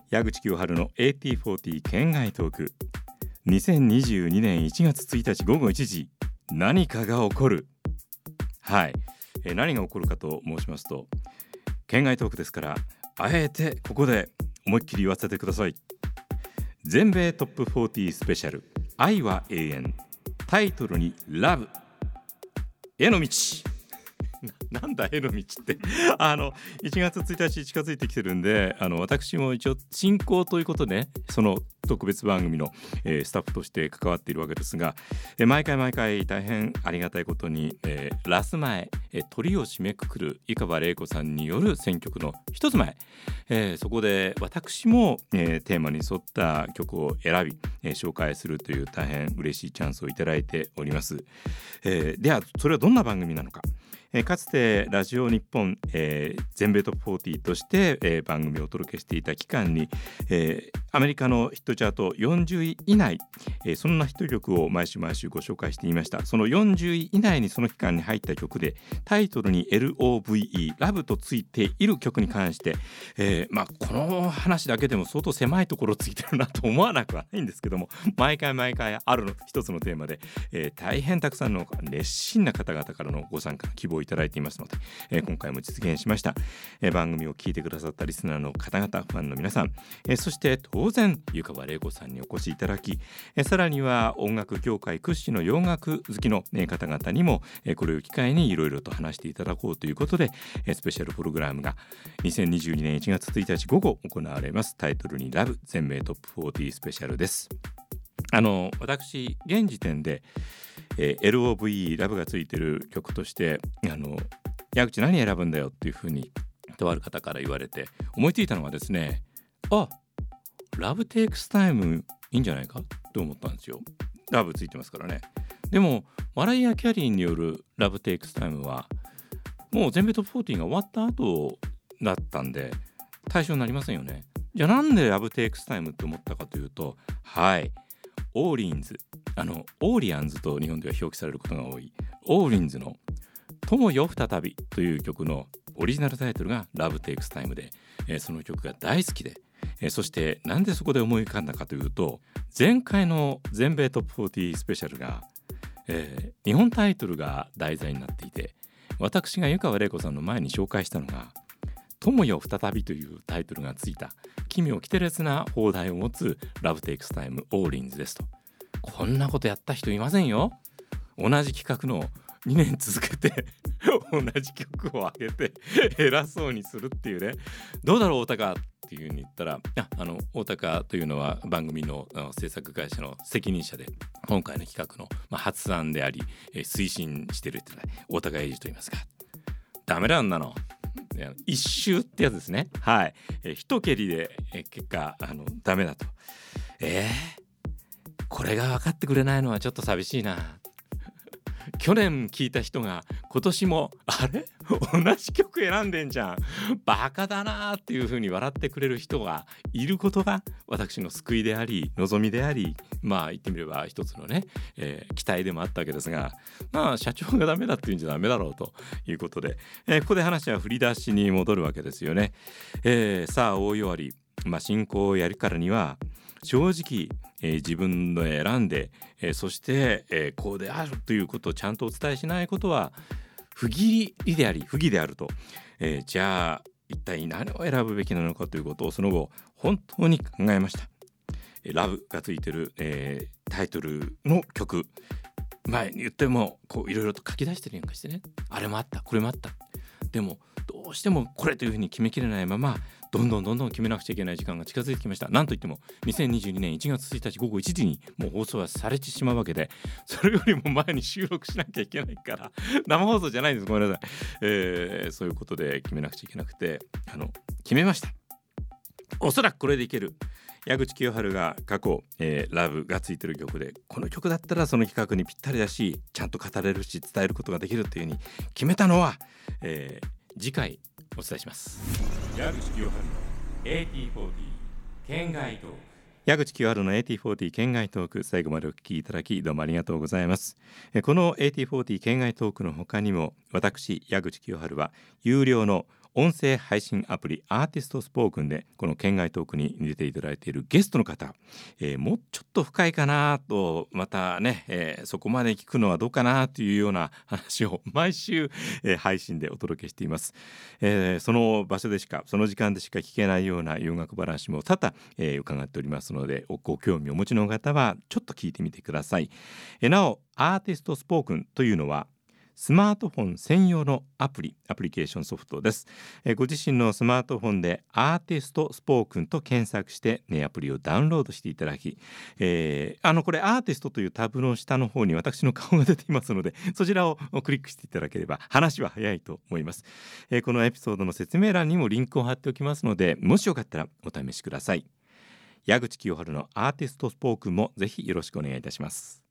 矢口清春の AT40 県外トーク。2022年1月1日午後1時、何かが起こる。はい、何が起こるかと申しますと、県外トークですから、あえてここで思いっきり言わせてください。全米トップ40スペシャル、愛は永遠。タイトルにラブ、への道。なんだへの道って1月1日近づいてきてるんで、私も一応進行ということで、その特別番組の、スタッフとして関わっているわけですが、毎回大変ありがたいことに、ラス前、鳥を締めくくる井川玲子さんによる選曲の一つ前、そこで私も、テーマに沿った曲を選び、紹介するという大変嬉しいチャンスをいただいております。ではそれはどんな番組なのか。かつてラジオ日本、全米トップ40として、番組をお届けしていた期間に、アメリカのヒットチャート40位以内、そんなヒット曲を毎週ご紹介していました。その40位以内にその期間に入った曲で、タイトルに LOVE ラブとついている曲に関して、この話だけでも相当狭いところついてるなと思わなくはないんですけども、毎回ある一つのテーマで、大変たくさんの熱心な方々からのご参加の希望をいただいていますので、今回も実現しました。番組を聞いてくださったリスナーの方々、ファンの皆さん、そして当然湯川玲子さんにお越しいただき、さらには音楽業界屈指の洋楽好きの方々にも、これを機会にいろいろと話していただこうということで、スペシャルプログラムが2022年1月1日午後行われます。タイトルにラブ、全米トップ40スペシャルです。私現時点で、LOVE ラブがついてる曲として、矢口何選ぶんだよっていうふうにとある方から言われて、思いついたのがですね、ラブテイクスタイムいいんじゃないかと思ったんですよ。ラブついてますからね。でもマライア・キャリーによるラブテイクスタイムはもう全米トップ40が終わった後だったんで対象になりませんよね。じゃあなんでラブテイクスタイムって思ったかというと、オーリンズ、オーリアンズと日本では表記されることが多いオーリンズの友よ再びという曲のオリジナルタイトルがラブテイクスタイムで、その曲が大好きで、そしてなんでそこで思い浮かんだかというと、前回の全米トップ40スペシャルが、日本タイトルが題材になっていて、私が湯川玲子さんの前に紹介したのが友よ再びというタイトルがついた奇妙奇烈な放題を持つラブテイクスタイムオーリンズですと。こんなことやった人いませんよ。同じ企画の2年続けて同じ曲を上げて偉そうにするっていうね。どうだろう大高っていう風に言ったら、大高というのは番組の制作会社の責任者で、今回の企画の発案であり、推進してるって大高英二と言いますが、ダメだあんなの一周ってやつですね。一蹴りで結果ダメだと。これが分かってくれないのはちょっと寂しいな。去年聞いた人が今年もあれ同じ曲選んでんじゃん、バカだなっていう風に笑ってくれる人がいることが私の救いであり望みであり、言ってみれば一つのね、期待でもあったわけですが、社長がダメだっていうんじゃダメだろうということで、ここで話は振り出しに戻るわけですよね。さあ大弱り、進行をやるからには正直、自分の選んで、そして、こうであるということをちゃんとお伝えしないことは不義であると、じゃあ一体何を選ぶべきなのかということをその後本当に考えました。ラブがついてる、タイトルの曲、前に言ってもいろいろと書き出してるやんかしてね、あれもあったこれもあった、でもどうしてもこれというふうに決めきれないままどんどん決めなくちゃいけない時間が近づいてきました。なんといっても2022年1月1日午後1時にもう放送はされてしまうわけで、それよりも前に収録しなきゃいけないから生放送じゃないんです、ごめんなさい。そういうことで決めなくちゃいけなくて、決めました。おそらくこれでいける。矢口清春が過去、ラブがついてる曲で、この曲だったらその企画にぴったりだし、ちゃんと語れるし伝えることができるっていう風に決めたのは、次回お伝えします。矢口清春の AT40 県外トーク。矢口清春の AT40 県外トーク、最後までお聞きいただきどうもありがとうございます。この AT40 県外トークの他にも、私矢口清春は有料の音声配信アプリアーティストスポークンでこの県外トークに出ていただいているゲストの方、もうちょっと深いかなと、またね、そこまで聞くのはどうかなというような話を毎週、配信でお届けしています。その場所でしか、その時間でしか聞けないような洋楽話も多々、伺っておりますので、ご興味をお持ちの方はちょっと聞いてみてください。なおアーティストスポークンというのはスマートフォン専用のアプリケーションソフトです。ご自身のスマートフォンでアーティストスポークンと検索して、アプリをダウンロードしていただき、これアーティストというタブの下の方に私の顔が出ていますので、そちらをクリックしていただければ話は早いと思います。このエピソードの説明欄にもリンクを貼っておきますので、もしよかったらお試しください。矢口清春のアーティストスポークンもぜひよろしくお願いいたします。